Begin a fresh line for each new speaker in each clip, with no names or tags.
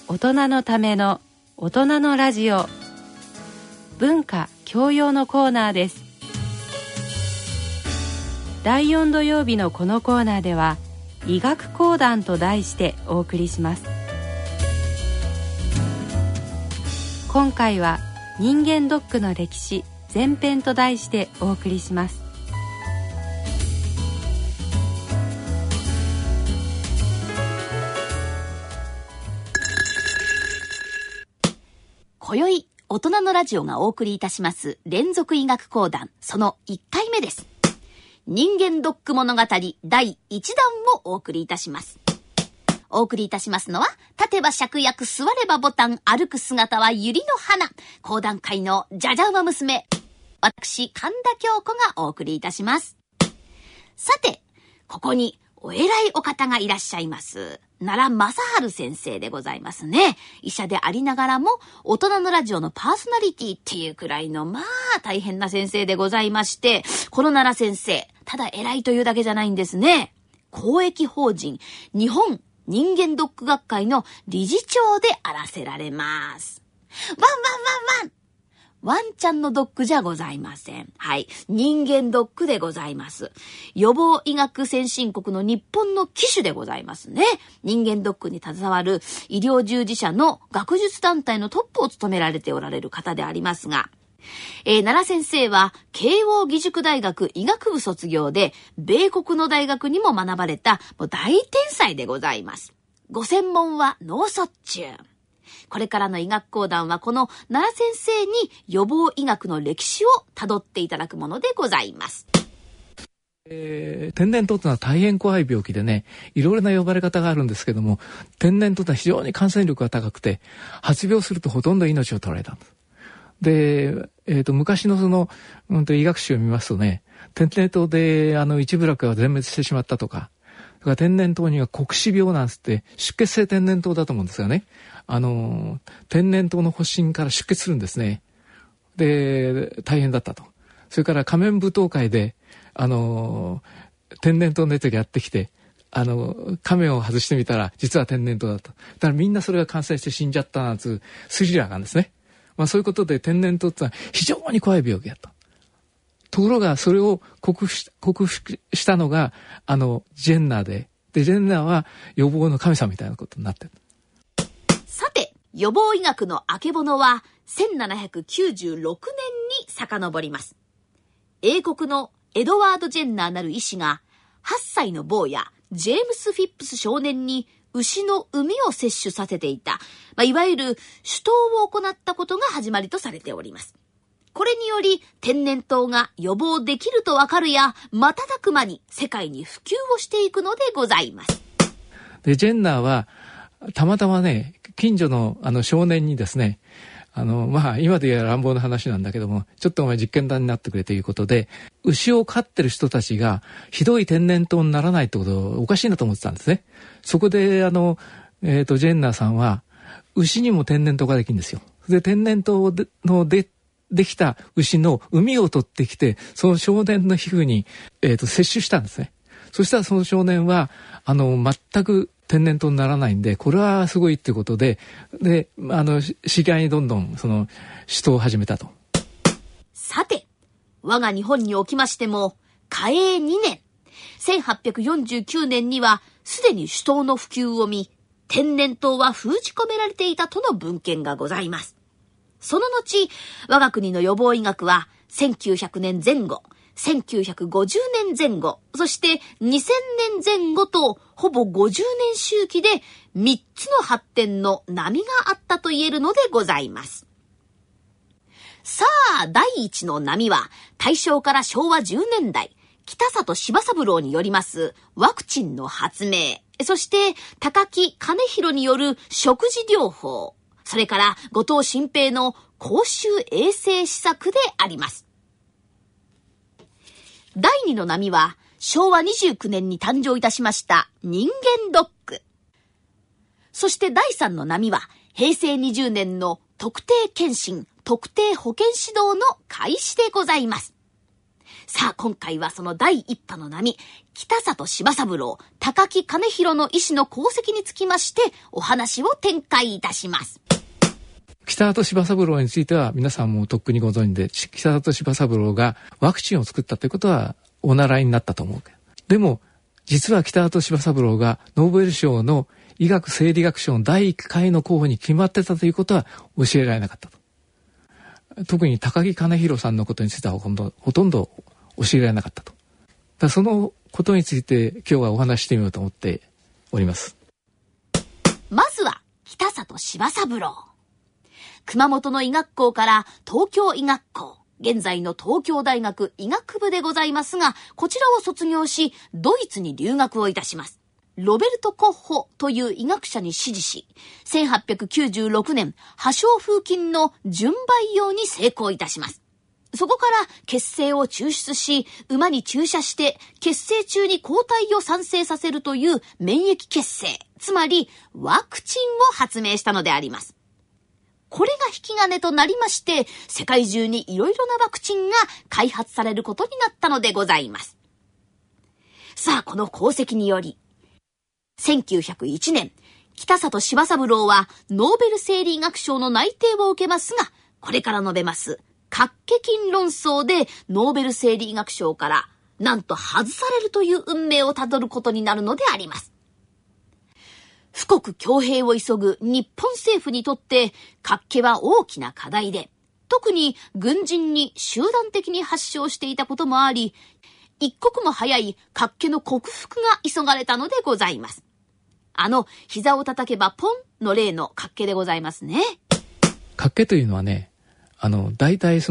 大人のための大人のラジオ、文化教養のコーナーです。第4土曜日のこのコーナーでは、医学講談と題してお送りします。今回は人間ドックの歴史前編と題してお送りします。
今宵大人のラジオがお送りいたします連続医学講談、その1回目です。人間ドック物語第1弾をお送りいたします。お送りいたしますのは、立てば芍薬、座ればボタン、歩く姿は百合の花、講談会のじゃじゃ馬娘、私神田京子がお送りいたします。さて、ここにお偉いお方がいらっしゃいます。奈良正治先生でございますね。医者でありながらも大人のラジオのパーソナリティっていうくらいの大変な先生でございまして、この奈良先生、ただ偉いというだけじゃないんですね。公益法人日本人間ドック学会の理事長であらせられます。ワンワンワンワン、ワンちゃんのドッグじゃございません。はい。人間ドッグでございます。予防医学先進国の日本の旗手でございますね。人間ドッグに携わる医療従事者の学術団体のトップを務められておられる方でありますが、奈良先生は慶応義塾大学医学部卒業で、米国の大学にも学ばれた大天才でございます。ご専門は脳卒中。これからの医学講談はこの奈良先生に予防医学の歴史をたどっていただくものでございます。
天然痘というのは大変怖い病気でね、いろいろな呼ばれ方があるんですけども、天然痘というのは非常に感染力が高くて、発病するとほとんど命を取られたんです。で、昔の医学史を見ますとね、天然痘で一部落が全滅してしまったとか、それから天然痘には黒死病なんつって出血性天然痘だと思うんですがね、天然痘の発疹から出血するんですね。で、大変だったと。それから仮面舞踏会で天然痘の熱がやってきて、仮面を外してみたら実は天然痘だった。だからみんなそれが感染して死んじゃったなんつうスリラーがあるんですね。そういうことで天然痘ってのは非常に怖い病気だった。ところがそれを克服したのがジェンナーで、ジェンナーは予防の神様みたいなことになってる。
さて、予防医学のあけぼのは1796年に遡ります。英国のエドワード・ジェンナーなる医師が8歳の坊やジェームス・フィップス少年に牛の膿を摂取させていた、いわゆる手刀を行ったことが始まりとされております。これにより天然痘が予防できるとわかるや、瞬く間に世界に普及をしていくのでございます。
で、ジェンナーはたまたまね、近所の少年にですね、今で言えば乱暴な話なんだけども、ちょっとお前実験台になってくれということで、牛を飼ってる人たちがひどい天然痘にならないってことをおかしいなと思ってたんですね。そこでジェンナーさんは牛にも天然痘ができるんですよ。で、天然痘のできた牛の膿を取ってきて、その少年の皮膚に摂取したんですね。そしたらその少年は全く天然痘にならないんで、これはすごいっていうことで、次第にどんどん手刀を始めたと。
さて、我が日本におきましても、嘉永2年、1849年にはすでに手刀の普及を見、天然痘は封じ込められていたとの文献がございます。その後、我が国の予防医学は1900年前後、1950年前後、そして2000年前後とほぼ50年周期で3つの発展の波があったと言えるのでございます。さあ、第一の波は大正から昭和10年代、北里柴三郎によりますワクチンの発明、そして高木兼弘による食事療法、それから後藤新平の公衆衛生施策であります。第2の波は昭和29年に誕生いたしました人間ドック。そして第3の波は平成20年の特定健診、特定保健指導の開始でございます。 さあ今回はその第一波の波、北里柴三郎、高木兼弘の医師の功績につきましてお話を展開いたします。
北里柴三郎については皆さんもとっくにご存知で、北里柴三郎がワクチンを作ったということはお習いになったと思う。でも実は北里柴三郎がノーベル賞の医学生理学賞の第1回の候補に決まってたということは教えられなかったと。特に高木兼弘さんのことについてはほとんど教えられなかったと。そのことについて今日はお話してみようと思っております。
まずは北里柴三郎。熊本の医学校から東京医学校、現在の東京大学医学部でございますが、こちらを卒業しドイツに留学をいたします。ロベルト・コッホという医学者に師事し、1896年破傷風菌の純培養に成功いたします。そこから血清を抽出し、馬に注射して血清中に抗体を産生させるという免疫血清、つまりワクチンを発明したのであります。これが引き金となりまして、世界中にいろいろなワクチンが開発されることになったのでございます。さあ、この功績により、1901年、北里柴三郎はノーベル生理学賞の内定を受けますが、これから述べます白血菌論争でノーベル生理学賞からなんと外されるという運命をたどることになるのであります。富国強兵を急ぐ日本政府にとって脚気は大きな課題で、特に軍人に集団的に発症していたこともあり、一刻も早い脚気の克服が急がれたのでございます。膝を叩けばポンの例の脚気でございますね。
脚気というのはね、大体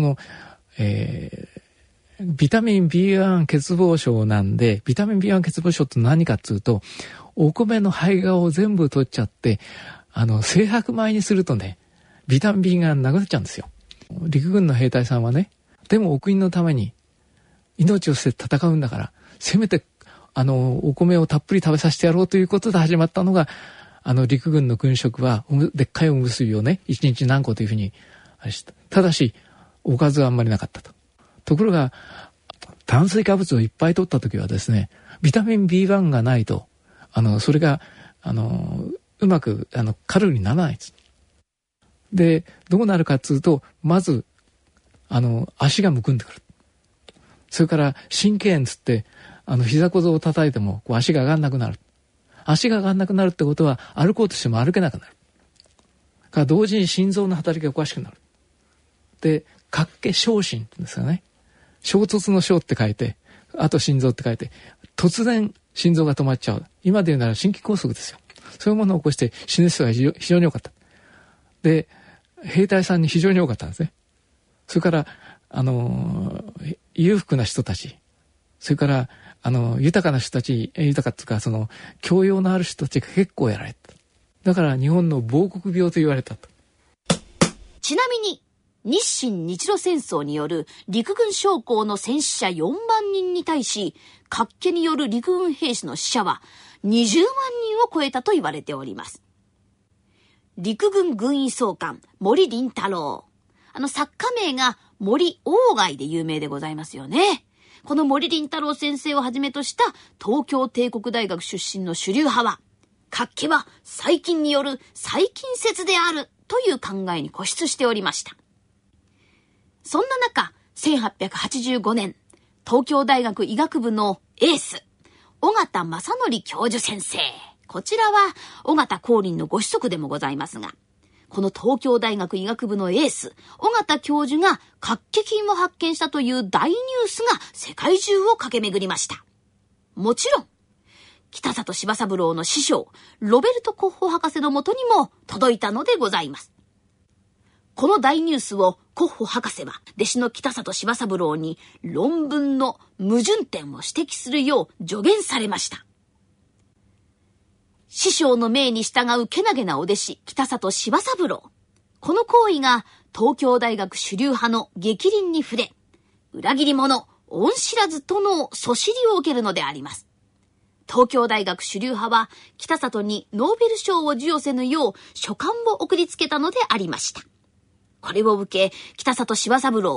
ビタミン B1 欠乏症なんで、ビタミン B1 欠乏症って何かっていうと、お米の胚芽を全部取っちゃって、精白米にするとね、ビタミン B がなくなっちゃうんですよ。陸軍の兵隊さんはね、でもお国のために命を捨て戦うんだから、せめてお米をたっぷり食べさせてやろうということで始まったのが、陸軍の軍食はでっかいおむすびをね、一日何個というふうにただしおかずはあんまりなかったと。ところが炭水化物をいっぱい取った時はですね、ビタミン B1 がないとそれがうまくカロリーにならないです。でどうなるかっていうと、まず足がむくんでくる。それから神経炎つって膝小僧を叩いても足が上がんなくなる。足が上がんなくなるってことは歩こうとしても歩けなくなる。から同時に心臓の働きがおかしくなる。で脚気昇進って言うんですよね。衝突の衝って書いて、あと心臓って書いて、突然心臓が止まっちゃう。今で言うなら心筋梗塞ですよ。そういうものを起こして死ぬ人が非常に多かった。で兵隊さんに非常に多かったんですね。それから裕福な人たち、それから豊かな人たち、豊かっていうか教養のある人たちが結構やられた。だから日本の亡国病と言われたと。
ちなみに日清日露戦争による陸軍将校の戦死者4万人に対し、脚気による陸軍兵士の死者は20万人を超えたと言われております。陸軍軍医総監森林太郎、作家名が森鴎外で有名でございますよね。この森林太郎先生をはじめとした東京帝国大学出身の主流派は、脚気は細菌による細菌説であるという考えに固執しておりました。そんな中、1885年、東京大学医学部のエース、緒方正則教授先生。こちらは緒方光琳のご子息でもございますが、この東京大学医学部のエース、緒方教授が脚気菌を発見したという大ニュースが世界中を駆け巡りました。もちろん、北里柴三郎の師匠、ロベルト・コッホ博士のもとにも届いたのでございます。この大ニュースをコッホ博士は弟子の北里柴三郎に論文の矛盾点を指摘するよう助言されました。師匠の命に従うけなげなお弟子北里柴三郎。この行為が東京大学主流派の逆鱗に触れ、裏切り者、恩知らずとのそしりを受けるのであります。東京大学主流派は北里にノーベル賞を授与せぬよう書簡を送りつけたのでありました。これを受け、北里柴三郎は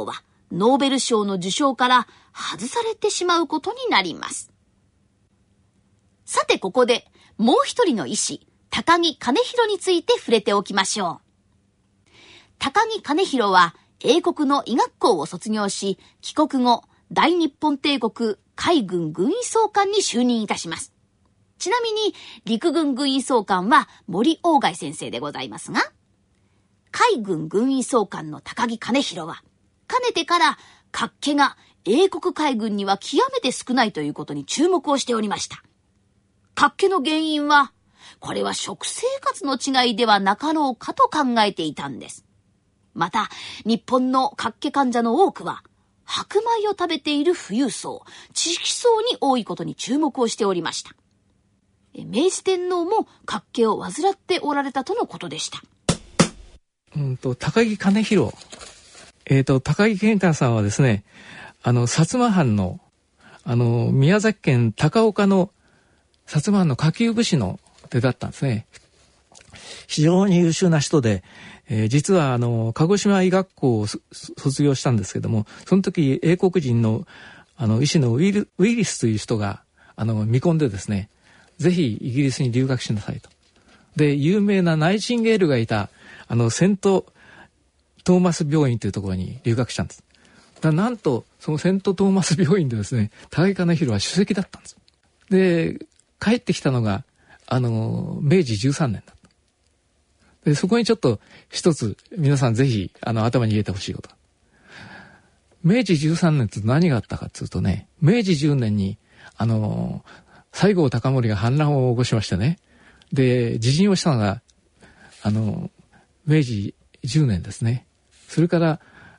ノーベル賞の受賞から外されてしまうことになります。さてここでもう一人の医師、高木兼弘について触れておきましょう。高木兼弘は英国の医学校を卒業し、帰国後、大日本帝国海軍軍医総監に就任いたします。ちなみに陸軍軍医総監は森鴎外先生でございますが、海軍軍医総監の高木兼弘は、かねてから脚気が英国海軍には極めて少ないということに注目をしておりました。脚気の原因は、これは食生活の違いではなかろうかと考えていたんです。また、日本の脚気患者の多くは、白米を食べている富裕層、知識層に多いことに注目をしておりました。明治天皇も脚気を患っておられたとのことでした。
高木兼弘。高木健太さんはですね、薩摩藩の、宮崎県高岡の薩摩藩の下級武士の出だったんですね。非常に優秀な人で、実は鹿児島医学校を卒業したんですけども、その時英国人の医師のウィリスという人が見込んでですね、ぜひイギリスに留学しなさいと。で、有名なナイチンゲールがいたセントトーマス病院というところに留学したんです。なんとそのセントトーマス病院でですね、高木兼弘は首席だったんです。で、帰ってきたのが明治13年だった。で、そこにちょっと一つ皆さんぜひ頭に入れてほしいこと。明治13年って何があったかっていうとね、明治10年に西郷隆盛が反乱を起こしましてね、で自陣をしたのが明治10年ですね。それから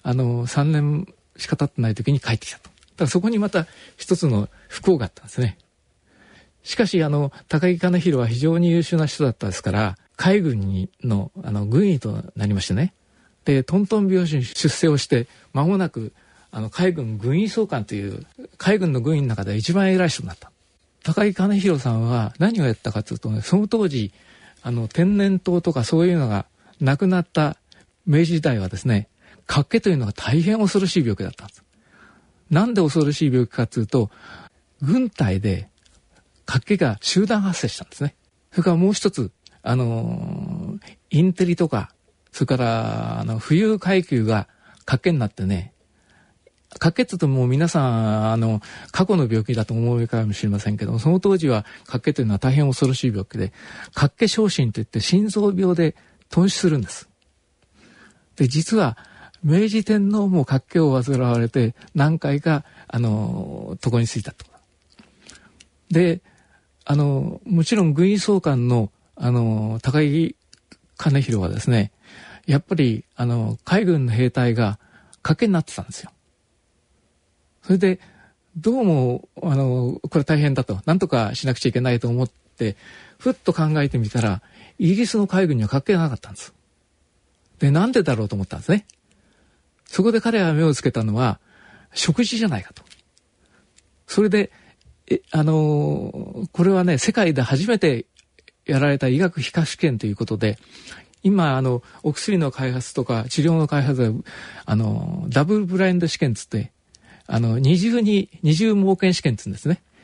3年しか経ってない時に帰ってきたと。だからそこにまた一つの不幸があったんですね。しかし高木兼弘は非常に優秀な人だったですから、海軍の軍医となりましてね。でトントン拍子に出世をして間もなく海軍軍医総監という海軍の軍医の中で一番偉い人になった。高木兼弘さんは何をやったかというとね、その当時天然痘とかそういうのがなくなった明治時代はですね、脚気というのが大変恐ろしい病気だったんです。なんで恐ろしい病気かというと、軍隊で脚気が集団発生したんですね。それからもう一つインテリとか、それから浮遊階級が脚気になってね、脚気って言うともう皆さん過去の病気だと思うかもしれませんけども、その当時は脚気というのは大変恐ろしい病気で、脚気昇進といって心臓病で頓死するんです。で実は明治天皇も脚気を患われて何回か床についたと。でもちろん軍医総監の高木兼弘はですね、やっぱり海軍の兵隊が脚気になってたんですよ。それでどうもこれ大変だと、なんとかしなくちゃいけないと思ってふっと考えてみたら、イギリスの海軍には脚気がなかったんです。でなんでだろうと思ったんですね。そこで彼は目をつけたのは食事じゃないかと。それでこれはね、世界で初めてやられた医学皮下試験ということで、今お薬の開発とか治療の開発はダブルブラインド試験つって二重盲検試験つうんですね。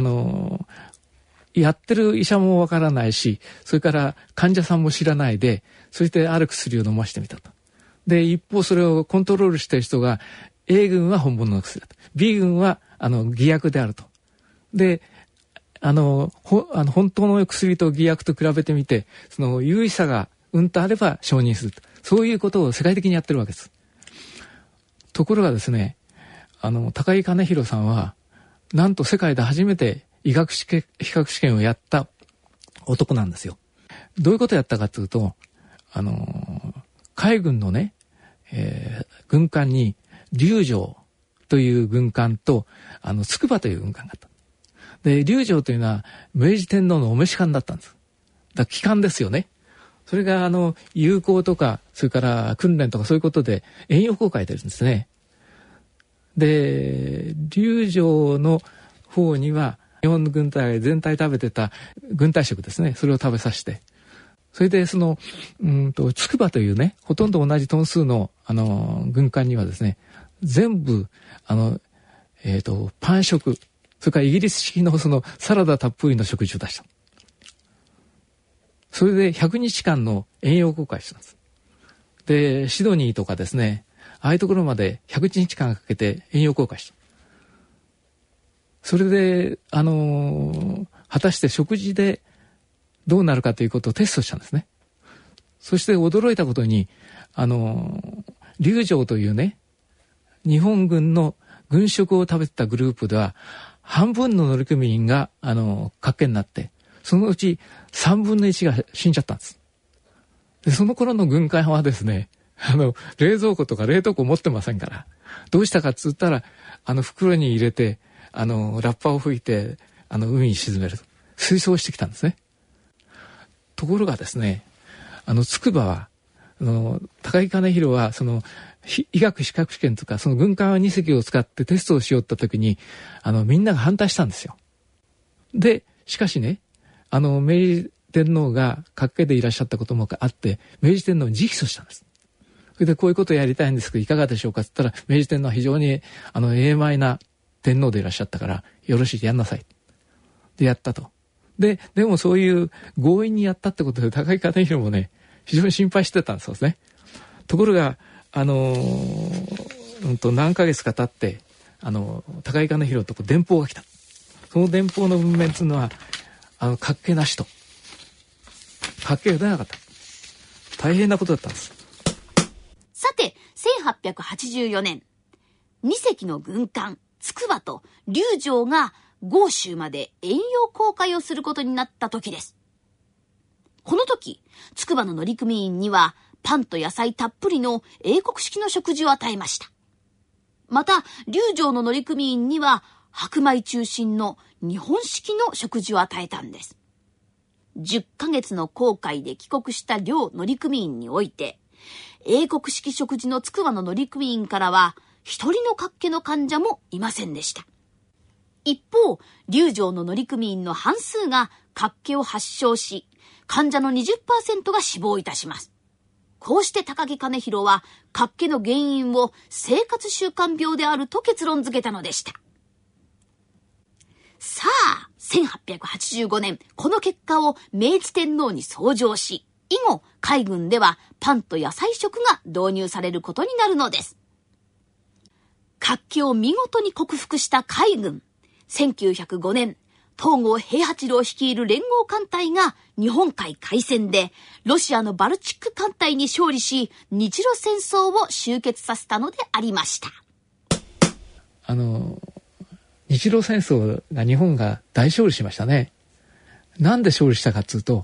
やってる医者もわからないし、それから患者さんも知らないで、そしてある薬を飲ましてみたと。で一方それをコントロールしている人が A 軍は本物の薬だと、 B 軍は偽薬であると。で本当の薬と偽薬と比べてみて、その有意差がとあれば承認すると、そういうことを世界的にやってるわけです。ところがですね、高木兼弘さんはなんと世界で初めて医学比較試験をやった男なんですよ。どういうことをやったかというと、海軍のね、軍艦に龍城という軍艦と筑波という軍艦があった。で龍城というのは明治天皇のお召し艦だったんです。だから旗艦ですよね。それが友好とかそれから訓練とかそういうことで遠洋航海してるんですね。で龍城の方には日本の軍隊全体食べてた軍隊食ですね、それを食べさせて、それでその筑波というね、ほとんど同じトン数の軍艦にはですね、 全部、パン食、それからイギリス式のそのサラダたっぷりの食事を出した。それで100日間の遠洋航海したんです。で、シドニーとかですね、ああいうところまで100日間かけて遠洋航海した。それで、果たして食事でどうなるかということをテストしたんですね。そして驚いたことに、龍城というね、日本軍の軍食を食べてたグループでは、半分の乗組員が、活気になって、そのうち3分の1が死んじゃったんです。で、その頃の軍艦はですね、冷蔵庫とか冷凍庫持ってませんから、どうしたかっつったら、袋に入れて、ラッパを吹いて、海に沈めると。推奨してきたんですね。ところがですね、筑波は、高木兼弘は、医学資格試験とか、その軍艦2隻を使ってテストをしようった時に、みんなが反対したんですよ。で、しかしね、明治天皇が閣下でいらっしゃったこともあって、明治天皇に直訴したんです。それでこういうことをやりたいんですけど、いかがでしょうかって言ったら、明治天皇は非常に、英邁な天皇でいらっしゃったから、よろしい、やんなさい。で、やったと。でもそういう強引にやったってことで、高木兼弘もね、非常に心配してたんですね。ところが、何ヶ月か経って、高木兼弘と電報が来た。その電報の文面っていうのは、活気なしと。活気が出なかった。大変なことだったんです。
さて、1884年、2隻の軍艦、筑波と龍城が豪州まで遠洋航海をすることになった時です。この時、筑波の乗組員にはパンと野菜たっぷりの英国式の食事を与えました。また、龍城の乗組員には白米中心の日本式の食事を与えたんです。10ヶ月の航海で帰国した両乗組員において、英国式食事の筑波の乗組員からは一人の活気の患者もいませんでした。一方、龍城の乗組員の半数が活気を発症し、患者の 20% が死亡いたします。こうして高木兼弘は活気の原因を生活習慣病であると結論付けたのでした。さあ、1885年、この結果を明治天皇に奏上し、以後、海軍ではパンと野菜食が導入されることになるのです。活気を見事に克服した海軍。1905年、東郷平八郎率いる連合艦隊が日本海海戦でロシアのバルチック艦隊に勝利し、日露戦争を終結させたのでありました。
日露戦争が日本が大勝利しましたね。なんで勝利したかっていうと、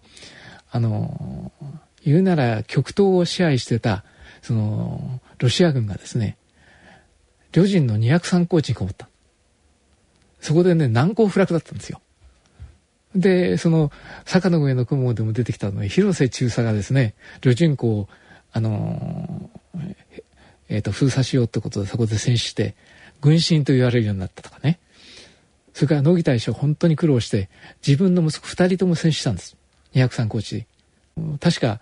言うなら極東を支配してたロシア軍がですね、旅順の203高地にこもった。そこでね、難攻不落だったんですよ。で、坂の上の雲でも出てきたのに、広瀬中佐がですね、旅順港を封鎖しようってことで、そこで戦死して軍神と言われるようになったとかね。それから乃木大将本当に苦労して自分の息子2人とも戦死したんです。203高地で。確か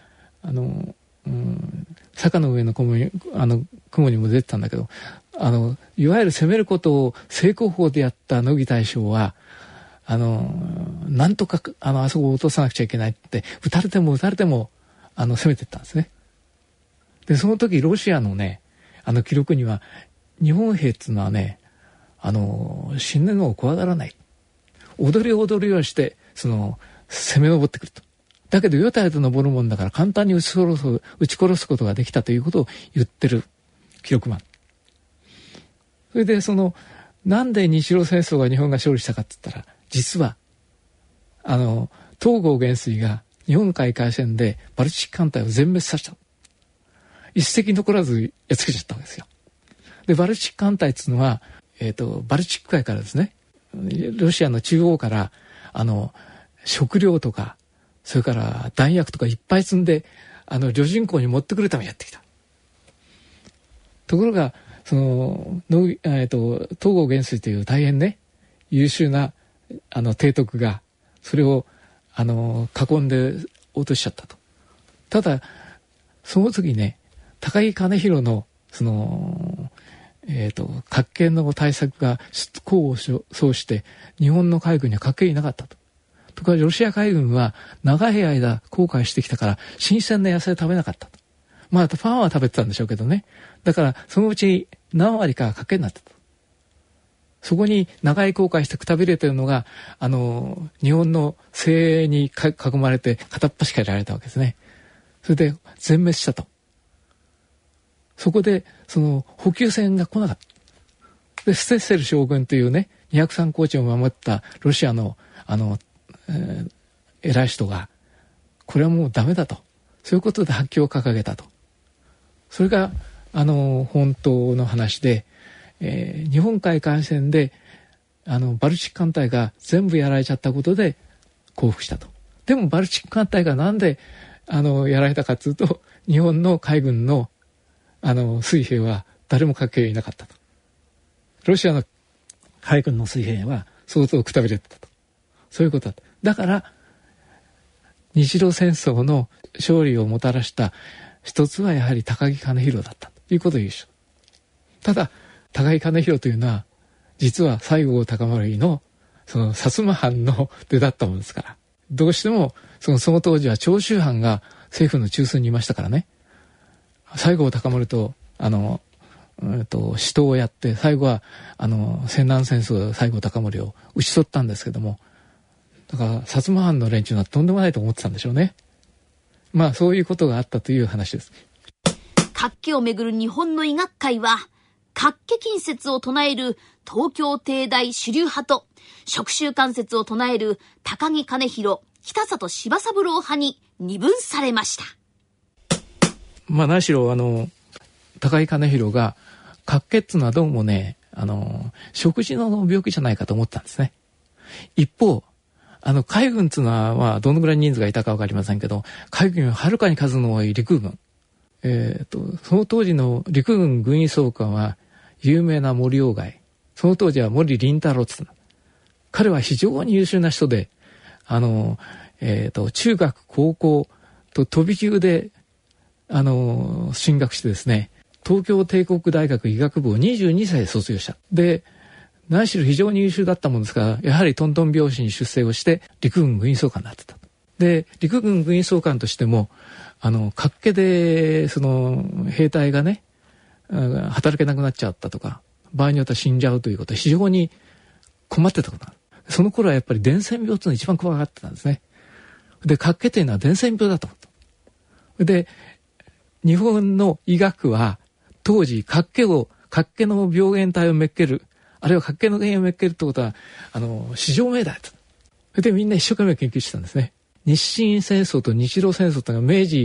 坂の上の雲にも出てたんだけど、いわゆる攻めることを成功法でやった乃木大将はなんとかあそこを落とさなくちゃいけないって撃たれても攻めてったんですね。でその時ロシアのね記録には日本兵っていうのはね死ぬのを怖がらない、踊りをして攻め上ってくると。だけどよたよた登るもんだから簡単に撃ち殺すことができたということを言ってる記録もある。それでなんで日露戦争が日本が勝利したかって言ったら、実は東郷元帥が日本海海戦でバルチック艦隊を全滅させた。一隻残らずやっつけちゃったわけですよ。でバルチック艦隊っていうのは、バルチック海からですね、ロシアの中央から食料とかそれから弾薬とかいっぱい積んで旅順港に持ってくるためにやってきた。ところが東郷元帥という大変ね優秀な提督がそれを囲んで落としちゃったと。ただその時ね高木兼弘の核系の対策が功を奏して日本の海軍には核系いなかったと。とかロシア海軍は長い間航海してきたから新鮮な野菜を食べなかったと。まあパンは食べてたんでしょうけどね。だからそのうち何割か核系になったと。そこに長い航海してくたびれているのが日本の精鋭に囲まれて片っ端からやられたわけですね。それで全滅したと。そこでその補給船が来なかった。でステッセル将軍というね203高地を守ったロシアの偉い人がこれはもうダメだと、そういうことで発旗を掲げたと。それが本当の話で、日本海海戦でバルチック艦隊が全部やられちゃったことで降伏したと。でもバルチック艦隊がなんでやられたかというと、日本の海軍の水兵は誰も核兵いなかったと。ロシアの海軍の水兵は相当くたびれてたと。そういうことだった。だから日露戦争の勝利をもたらした一つはやはり高木兼弘だったということを言うし。ただ高木兼弘というのは実は西郷隆盛のその薩摩藩の出だったものですから、どうしてもその当時は長州藩が政府の中枢にいましたからね。西郷隆盛と死闘をやって最後は西南戦争で西郷隆盛を討ち取ったんですけども、だから薩摩藩の連中はとんでもないと思ってたんでしょうね。まあそういうことがあったという話です。
核家をめぐる日本の医学会は核家近接を唱える東京帝大主流派と触手関節を唱える高木兼弘、北里柴三郎派に二分されました。
まあ何しろ高木兼弘が核家っていうのはどうもね食事の病気じゃないかと思ったんですね。一方海軍っていうのは、まあ、どのぐらい人数がいたか分かりませんけど、海軍ははるかに数の多い陸軍。その当時の陸軍軍医総監は、有名な森鴎外。その当時は森林太郎って言った。彼は非常に優秀な人で、中学、高校と飛び級で、進学してですね、東京帝国大学医学部を22歳で卒業した。で、何しろ非常に優秀だったものですから、やはりトントン拍子に出世をして陸軍軍医総監になってた。で、陸軍軍医総監としても核家でその兵隊がね働けなくなっちゃったとか、場合によっては死んじゃうということは非常に困ってたことなんです。その頃はやっぱり伝染病というのが一番怖がってたんですね。で、核家というのは伝染病だと。で、日本の医学は当時核家の病原体をめっける、あるいは核家の原因をめっけるってことは至上命題だと。それでみんな一生懸命研究してたんですね。日清戦争と日露戦争というのが明治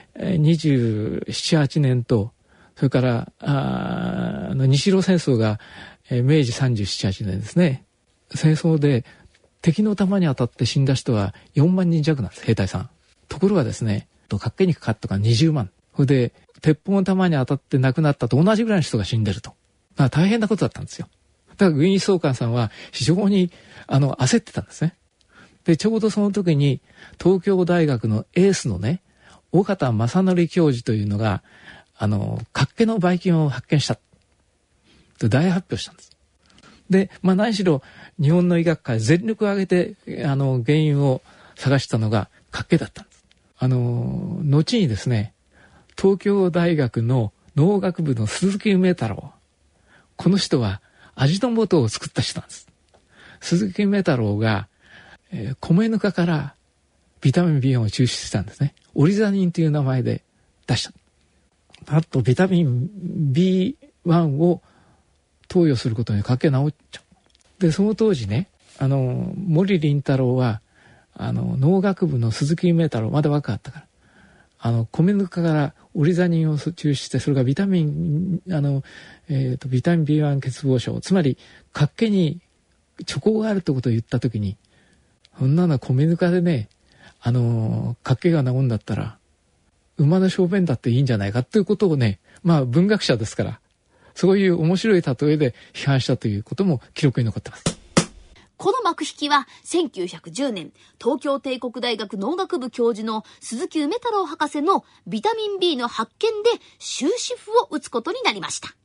27、8年と、それから日露戦争が明治37、8年ですね。戦争で敵の弾に当たって死んだ人は4万人弱なんです、兵隊さん。ところがですね、核家にかかったから20万。それで鉄砲の弾に当たって亡くなったと同じぐらいの人が死んでると。だから大変なことだったんですよ。だから軍医総監さんは非常に焦ってたんですね。で、ちょうどその時に東京大学のエースのね、尾形正則教授というのが核家のばい菌を発見したと大発表したんです。で、まあ何しろ日本の医学界全力を挙げて原因を探したのが核家だったんです。後にですね、東京大学の農学部の鈴木梅太郎、この人は味の素を作った人なんです。鈴木梅太郎が米ぬかからビタミン B1 を抽出したんですね。オリザニンという名前で出した。あとビタミン B1 を投与することに核家治っちゃう。で、その当時ね、森林太郎は農学部の鈴木梅太郎、まだ若かったから米ぬかからオリザニンを抽出して、それがビタミンビタミン B1 欠乏症、つまり核家に兆候があるということを言ったときに、そんなの米ぬかでね核家が治るんだったら馬の小便だっていいんじゃないかということをね、まあ文学者ですからそういう面白い例えで批判したということも記録に残ってます。
この幕引きは1910年東京帝国大学農学部教授の鈴木梅太郎博士のビタミン B の発見で終止符を打つことになりました。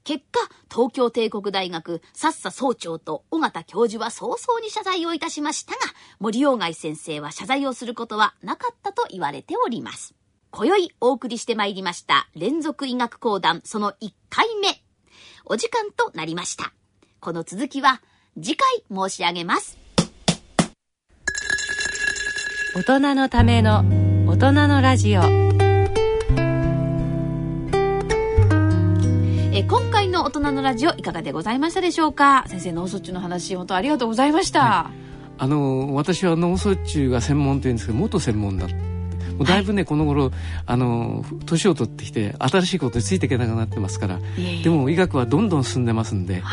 結果、東京帝国大学佐々総長と尾形教授は早々に謝罪をいたしましたが、森鴎外先生は謝罪をすることはなかったと言われております。今宵お送りしてまいりました連続医学講談その1回目。お時間となりました。この続きは次回申し上げます。
大人のための大人のラジオ。
今回の大人のラジオいかがでございましたでしょうか。先生、脳卒中の話本当ありがとうございました。
はい、私は脳卒中が専門というんですけど、元専門だ。もうだいぶね、この頃年を取ってきて新しいことについていけなくなってますから、でも医学はどんどん進んでますんで、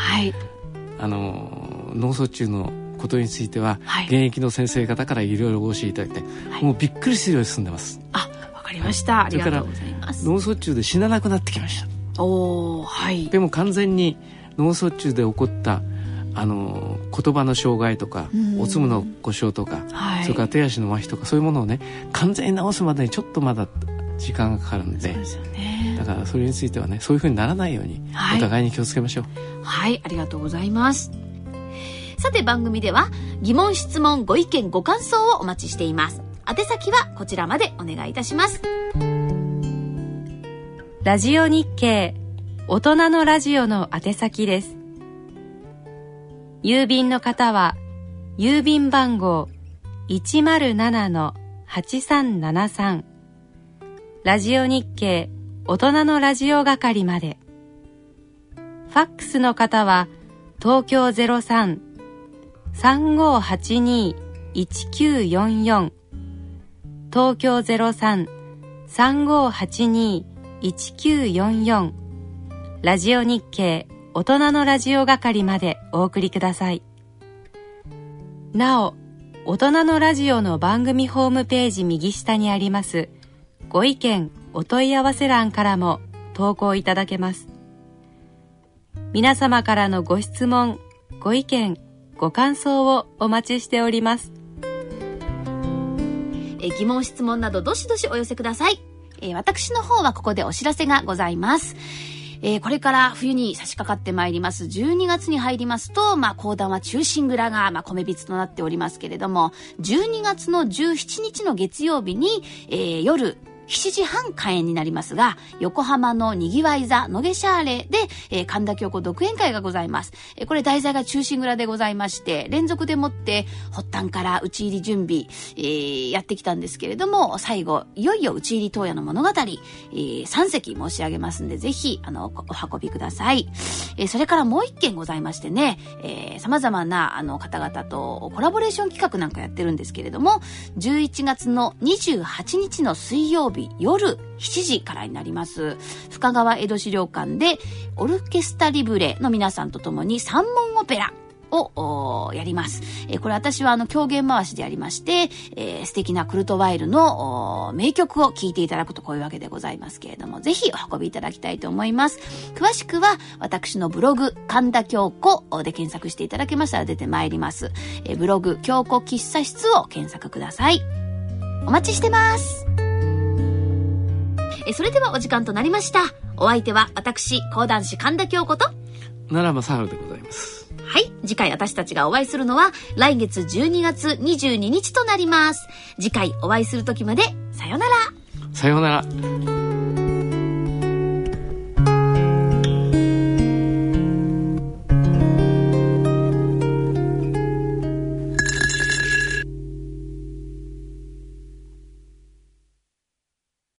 脳卒中のことについては、現役の先生方からいろいろお教えいただいて、もうびっくりするように進んでます。
わかりました。ありがとうございます。
脳卒中で死ななくなってきました。
で
も完全に脳卒中で起こった言葉の障害とか、おつむの故障とか、それから手足の麻痺とか、そういうものをね、完全に治すまでにちょっとまだ時間がかかるんで、だからそれについてはね、そういうふうにならないように、お互いに気をつけましょう。
ありがとうございます。さて、番組では疑問、質問、ご意見、ご感想をお待ちしています。宛先はこちらまでお願いいたします。
ラジオ日経大人のラジオの宛先です。郵便の方は郵便番号 107-8373 ラジオ日経大人のラジオ係まで。ファックスの方は東京 03-3582-1944 東京 03-3582-1944 ラジオ日経大人のラジオ係までお送りください。なお、大人のラジオの番組ホームページ右下にありますご意見お問い合わせ欄からも投稿いただけます。皆様からのご質問、ご意見、ご感想をお待ちしております。
疑問、質問などどしどしお寄せください。私の方はここでお知らせがございます。これから冬に差し掛かってまいります12月に入りますと、講談は忠臣蔵が米びつとなっておりますけれども、12月の17日の月曜日に、夜7時半開演になりますが、横浜のにぎわい座ノゲシャーレで、神田京子独演会がございます。これ題材が忠臣蔵でございまして、連続でもって発端から打ち入り準備、やってきたんですけれども、最後いよいよ打ち入り当夜の物語、3席申し上げますんで、ぜひお運びください。それからもう一件ございましてね、様々な方々とコラボレーション企画なんかやってるんですけれども、11月の28日の水曜日夜7時からになります深川江戸資料館でオルケスタリブレの皆さんと共に三文オペラをやります。これ私は狂言回しでやりまして、素敵なクルトワイルの名曲を聴いていただくとこういうわけでございますけれども、ぜひお運びいただきたいと思います。詳しくは私のブログ神田京子で検索していただけましたら出てまいります。ブログ京子喫茶室を検索ください。お待ちしてます。それではお時間となりました。お相手は私講談師神田京子と
奈良正治でございます。
はい、次回私たちがお会いするのは来月12月22日となります。次回お会いする時までさよなら。
さよなら。